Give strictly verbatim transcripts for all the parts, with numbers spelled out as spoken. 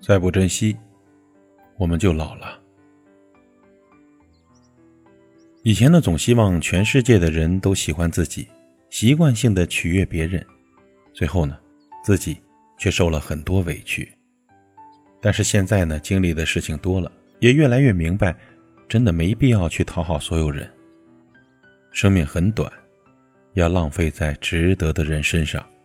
再不珍惜，我们就老了。以前呢，总希望全世界的人都喜欢自己，习惯性的取悦别人，最后呢，自己却受了很多委屈。但是现在呢，经历的事情多了，也越来越明白，真的没必要去讨好所有人。生命很短，要浪费在值得的人身上。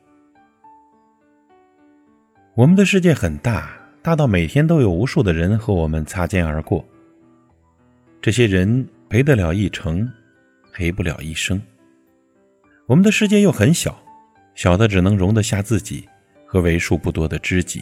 我们的世界很大，大到每天都有无数的人和我们擦肩而过。这些人陪得了一程，陪不了一生。我们的世界又很小，小的只能容得下自己和为数不多的知己。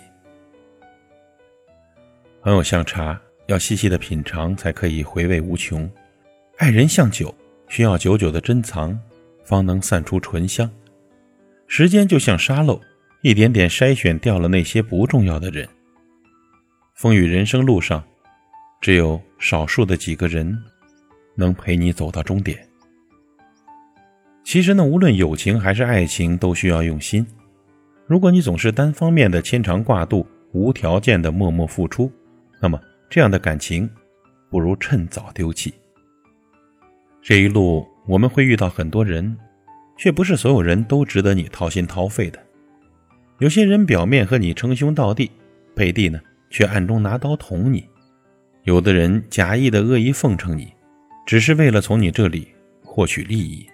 朋友像茶，要细细的品尝才可以回味无穷。爱人像酒，需要久久的珍藏，方能散出醇香。时间就像沙漏，一点点筛选掉了那些不重要的人。风雨人生路上，只有少数的几个人能陪你走到终点。其实呢，无论友情还是爱情，都需要用心。如果你总是单方面的牵肠挂肚，无条件的默默付出，那么这样的感情不如趁早丢弃。这一路我们会遇到很多人，却不是所有人都值得你掏心掏肺的。有些人表面和你称兄道弟，背地呢却暗中拿刀捅你。有的人假意的恶意奉承你，只是为了从你这里获取利益。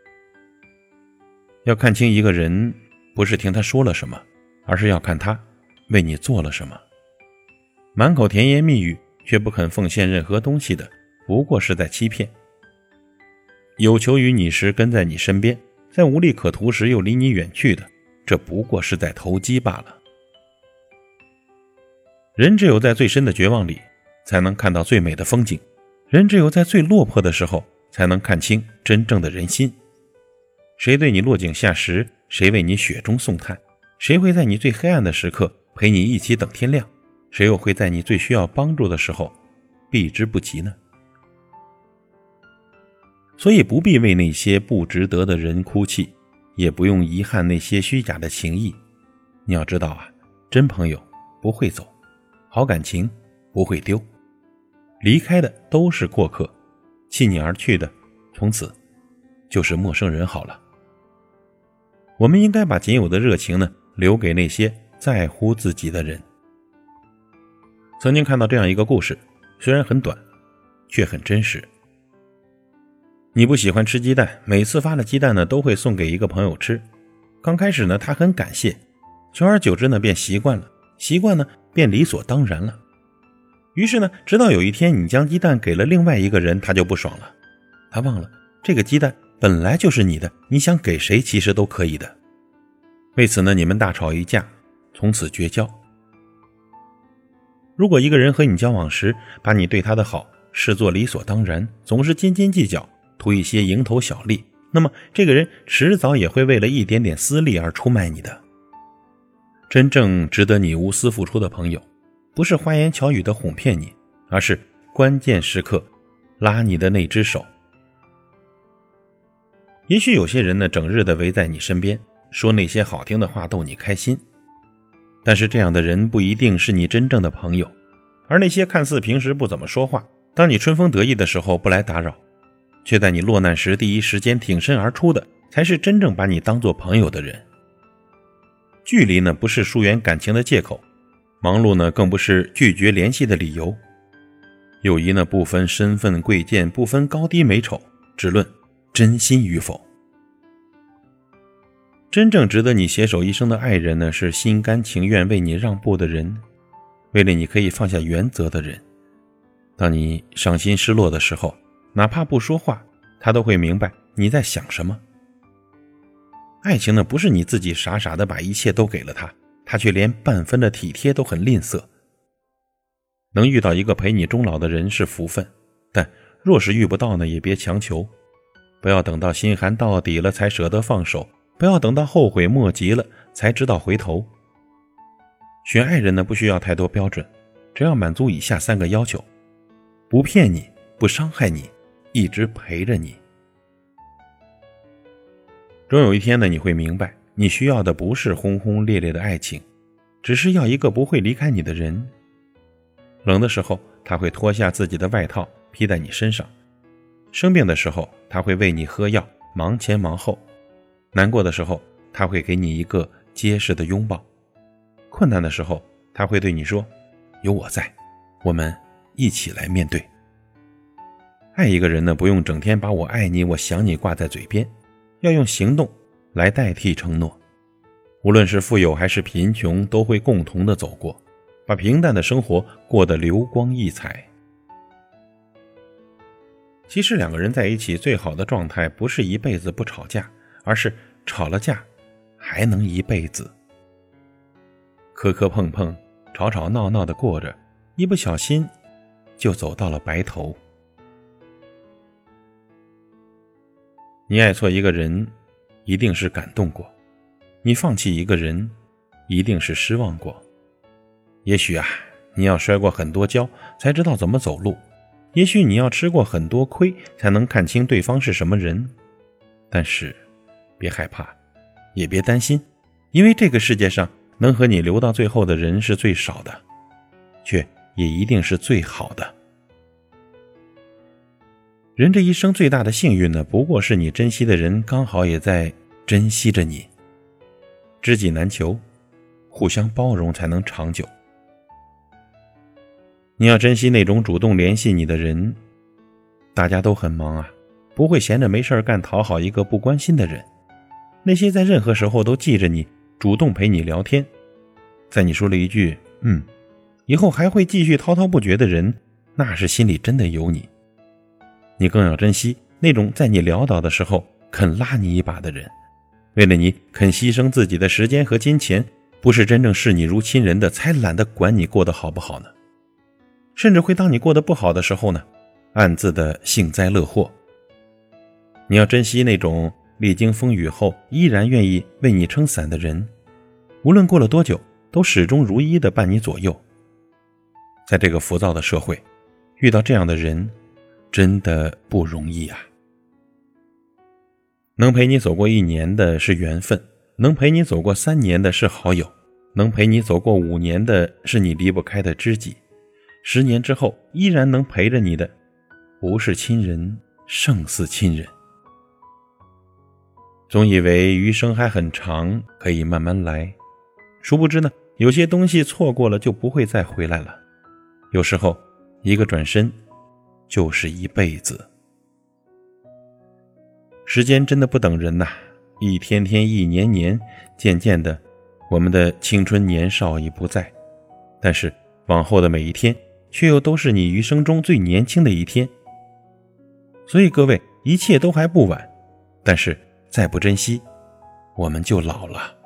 要看清一个人，不是听他说了什么，而是要看他为你做了什么。满口甜言蜜语却不肯奉献任何东西的，不过是在欺骗。有求于你时跟在你身边，在无利可图时又离你远去的，这不过是在投机罢了。人只有在最深的绝望里，才能看到最美的风景；人只有在最落魄的时候，才能看清真正的人心。谁对你落井下石，谁为你雪中送炭，谁会在你最黑暗的时刻陪你一起等天亮，谁又会在你最需要帮助的时候避之不及呢？所以不必为那些不值得的人哭泣，也不用遗憾那些虚假的情谊。你要知道啊，真朋友不会走，好感情不会丢，离开的都是过客，弃你而去的，从此就是陌生人好了。我们应该把仅有的热情呢，留给那些在乎自己的人。曾经看到这样一个故事，虽然很短，却很真实。你不喜欢吃鸡蛋，每次发了鸡蛋呢，都会送给一个朋友吃。刚开始呢，他很感谢，久而久之呢，便习惯了，习惯呢，便理所当然了。于是呢，直到有一天你将鸡蛋给了另外一个人，他就不爽了。他忘了这个鸡蛋本来就是你的，你想给谁其实都可以的。为此呢，你们大吵一架，从此绝交。如果一个人和你交往时，把你对他的好视作理所当然，总是斤斤计较，图一些蝇头小利，那么这个人迟早也会为了一点点私利而出卖你的。真正值得你无私付出的朋友，不是花言巧语的哄骗你，而是关键时刻拉你的那只手。也许有些人呢，整日的围在你身边，说那些好听的话逗你开心，但是这样的人不一定是你真正的朋友。而那些看似平时不怎么说话，当你春风得意的时候不来打扰，却在你落难时第一时间挺身而出的，才是真正把你当作朋友的人。距离呢，不是疏远感情的借口，忙碌呢，更不是拒绝联系的理由。友谊呢，不分身份贵贱，不分高低美丑，只论真心与否。真正值得你携手一生的爱人呢，是心甘情愿为你让步的人，为了你可以放下原则的人。当你伤心失落的时候，哪怕不说话，他都会明白你在想什么。爱情呢，不是你自己傻傻的把一切都给了他，他却连半分的体贴都很吝啬。能遇到一个陪你终老的人是福分，但若是遇不到呢，也别强求。不要等到心寒到底了才舍得放手，不要等到后悔莫及了才知道回头。选爱人呢，不需要太多标准，只要满足以下三个要求：不骗你，不伤害你，一直陪着你。终有一天呢，你会明白，你需要的不是轰轰烈烈的爱情， 只是要一个不会离开你的人。冷的时候，他会脱下自己的外套披在你身上；生病的时候，他会为你喝药，忙前忙后；难过的时候，他会给你一个结实的拥抱；困难的时候，他会对你说：有我在，我们一起来面对。爱一个人呢，不用整天把我爱你我想你挂在嘴边，要用行动来代替承诺。无论是富有还是贫穷，都会共同的走过，把平淡的生活过得流光溢彩。其实两个人在一起最好的状态不是一辈子不吵架，而是吵了架还能一辈子。磕磕碰碰，吵吵闹闹的过着，一不小心就走到了白头。你爱错一个人，一定是感动过；你放弃一个人，一定是失望过。也许啊，你要摔过很多跤，才知道怎么走路；也许你要吃过很多亏，才能看清对方是什么人。但是，别害怕，也别担心，因为这个世界上能和你留到最后的人是最少的，却也一定是最好的。人这一生最大的幸运呢，不过是你珍惜的人刚好也在珍惜着你。知己难求，互相包容才能长久。你要珍惜那种主动联系你的人，大家都很忙啊，不会闲着没事干讨好一个不关心的人。那些在任何时候都记着你，主动陪你聊天，在你说了一句嗯，以后还会继续滔滔不绝的人，那是心里真的有你。你更要珍惜那种在你潦倒的时候肯拉你一把的人，为了你肯牺牲自己的时间和金钱，不是真正视你如亲人的，才懒得管你过得好不好呢。甚至会当你过得不好的时候呢，暗自的幸灾乐祸。你要珍惜那种历经风雨后依然愿意为你撑伞的人，无论过了多久，都始终如一的伴你左右。在这个浮躁的社会，遇到这样的人真的不容易啊。能陪你走过一年的是缘分，能陪你走过三年的是好友，能陪你走过五年的是你离不开的知己，十年之后依然能陪着你的，不是亲人胜似亲人。总以为余生还很长，可以慢慢来，殊不知呢，有些东西错过了就不会再回来了。有时候一个转身就是一辈子。时间真的不等人呐，一天天一年年，渐渐的我们的青春年少已不在，但是往后的每一天却又都是你余生中最年轻的一天。所以各位，一切都还不晚，但是再不珍惜，我们就老了。